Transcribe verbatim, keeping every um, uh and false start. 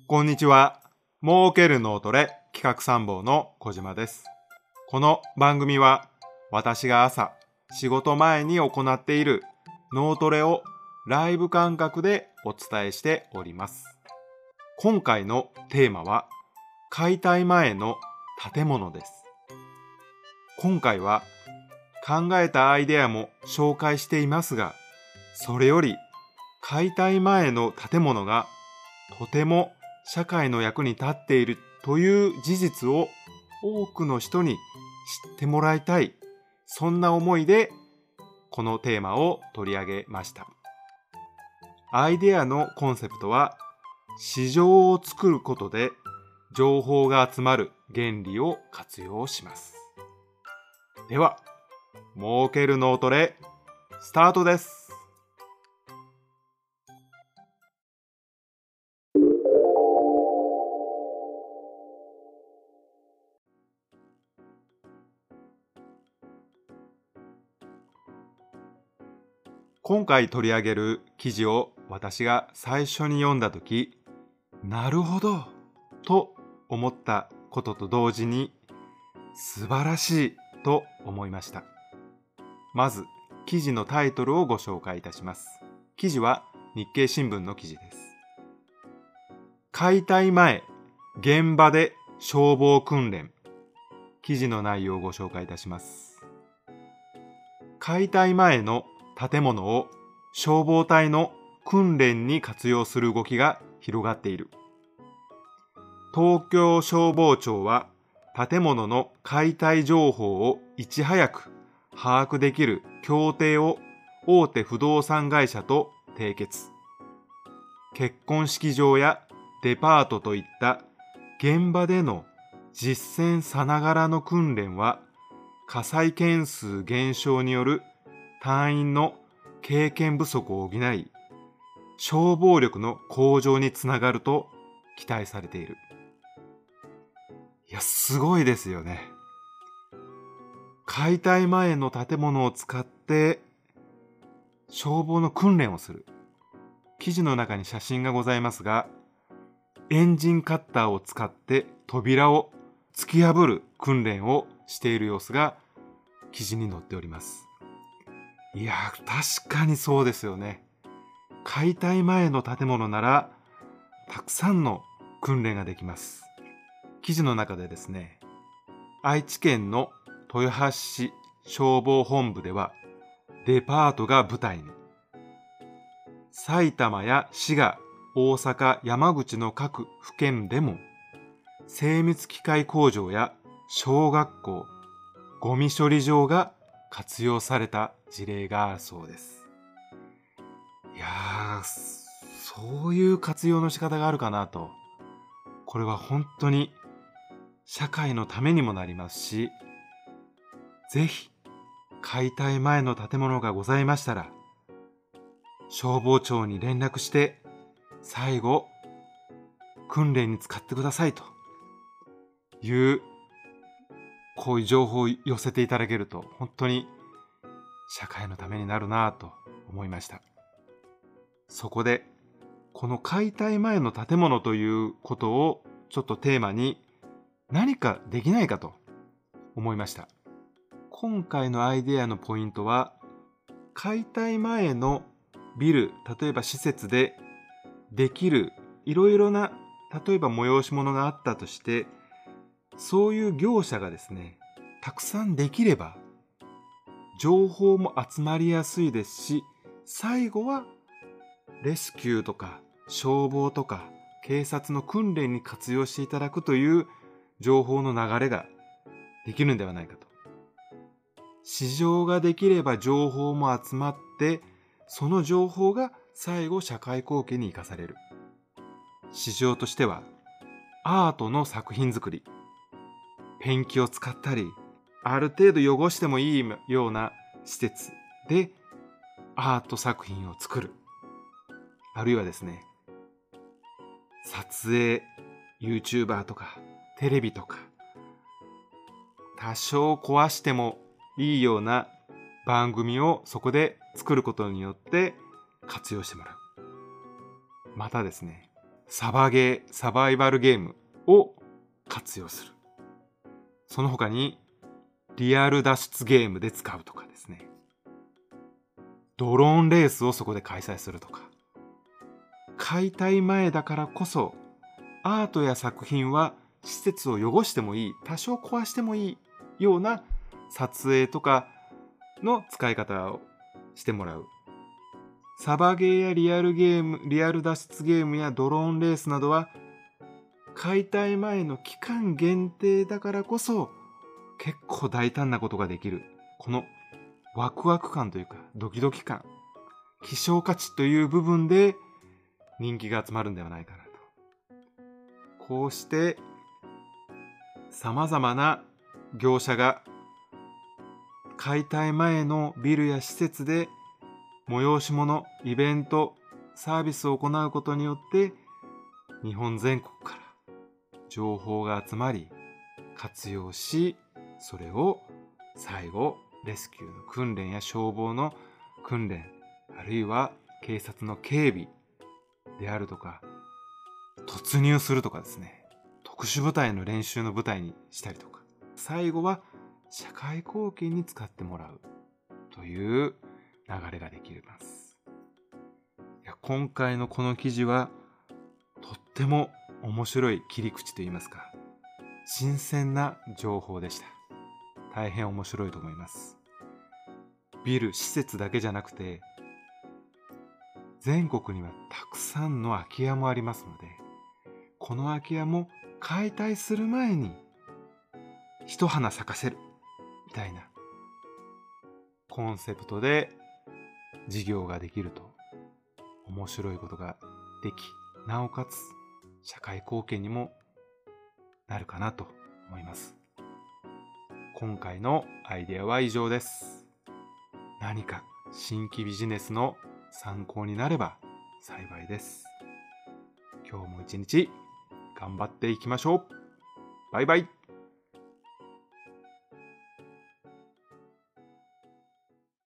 こんにちは。儲ける脳トレ企画参謀の小島です。この番組は私が朝仕事前に行っている脳トレをライブ感覚でお伝えしております。今回のテーマは解体前の建物です。今回は考えたアイデアも紹介していますが、それより解体前の建物がとても社会の役に立っているという事実を多くの人に知ってもらいたい、そんな思いでこのテーマを取り上げました。アイデアのコンセプトは、市場を作ることで情報が集まる原理を活用します。では、儲ける脳トレスタートです。今回取り上げる記事を私が最初に読んだとき、なるほどと思ったことと同時に素晴らしいと思いました。まず記事のタイトルをご紹介いたします。記事は日経新聞の記事です。解体前、現場で消防訓練。記事の内容をご紹介いたします。解体前の建物を消防隊の訓練に活用する動きが広がっている。東京消防庁は建物の解体情報をいち早く把握できる協定を大手不動産会社と締結。結婚式場やデパートといった現場での実践さながらの訓練は、火災件数減少による隊員の経験不足を補い、消防力の向上につながると期待されている。いや、すごいですよね。解体前の建物を使って消防の訓練をする。記事の中に写真がございますが、エンジンカッターを使って扉を突き破る訓練をしている様子が記事に載っております。いや、確かにそうですよね。解体前の建物ならたくさんの訓練ができます。記事の中でですね、愛知県の豊橋市消防本部ではデパートが舞台に、埼玉や滋賀、大阪、山口の各府県でも精密機械工場や小学校、ゴミ処理場が活用された事例があるそうです。いやー、そういう活用の仕方があるかなと。これは本当に社会のためにもなりますし、ぜひ解体前の建物がございましたら、消防庁に連絡して最後訓練に使ってくださいというこういう情報を寄せていただけると本当に社会のためになるなぁと思いました。そこでこの解体前の建物ということをちょっとテーマに何かできないかと思いました。今回のアイデアのポイントは、解体前のビル、例えば施設でできるいろいろな、例えば催し物があったとして、そういう業者がですね、たくさんできれば情報も集まりやすいですし、最後はレスキューとか消防とか警察の訓練に活用していただくという情報の流れができるんではないかと。市場ができれば情報も集まって、その情報が最後社会貢献に生かされる。市場としてはアートの作品作り、ペンキを使ったり、ある程度汚してもいいような施設でアート作品を作る。あるいはですね、撮影 YouTuber とかテレビとか、多少壊してもいいような番組をそこで作ることによって活用してもらう。またですね、 サバゲー、サバイバルゲームを活用する。その他にリアル脱出ゲームで使うとかですね。ドローンレースをそこで開催するとか。解体前だからこそアートや作品は施設を汚してもいい、多少壊してもいいような撮影とかの使い方をしてもらう。サバゲーやリアルゲーム、リアル脱出ゲームやドローンレースなどは解体前の期間限定だからこそ結構大胆なことができる。このワクワク感というかドキドキ感、希少価値という部分で人気が集まるんではないかなと。こうして様々な業者が解体前のビルや施設で催し物、イベント、サービスを行うことによって日本全国から情報が集まり活用し、それを最後レスキューの訓練や消防の訓練、あるいは警察の警備であるとか突入するとかですね、特殊部隊の練習の舞台にしたりとか、最後は社会貢献に使ってもらうという流れができます。いや、今回のこの記事はとっても面白い切り口といいますか、新鮮な情報でした。大変面白いと思います。ビル、施設だけじゃなくて全国にはたくさんの空き家もありますので、この空き家も解体する前に一花咲かせるみたいなコンセプトで事業ができると面白いことができ、なおかつ社会貢献にもなるかなと思います。今回のアイデアは以上です。何か新規ビジネスの参考になれば幸いです。今日も一日頑張っていきましょう。バイバイ。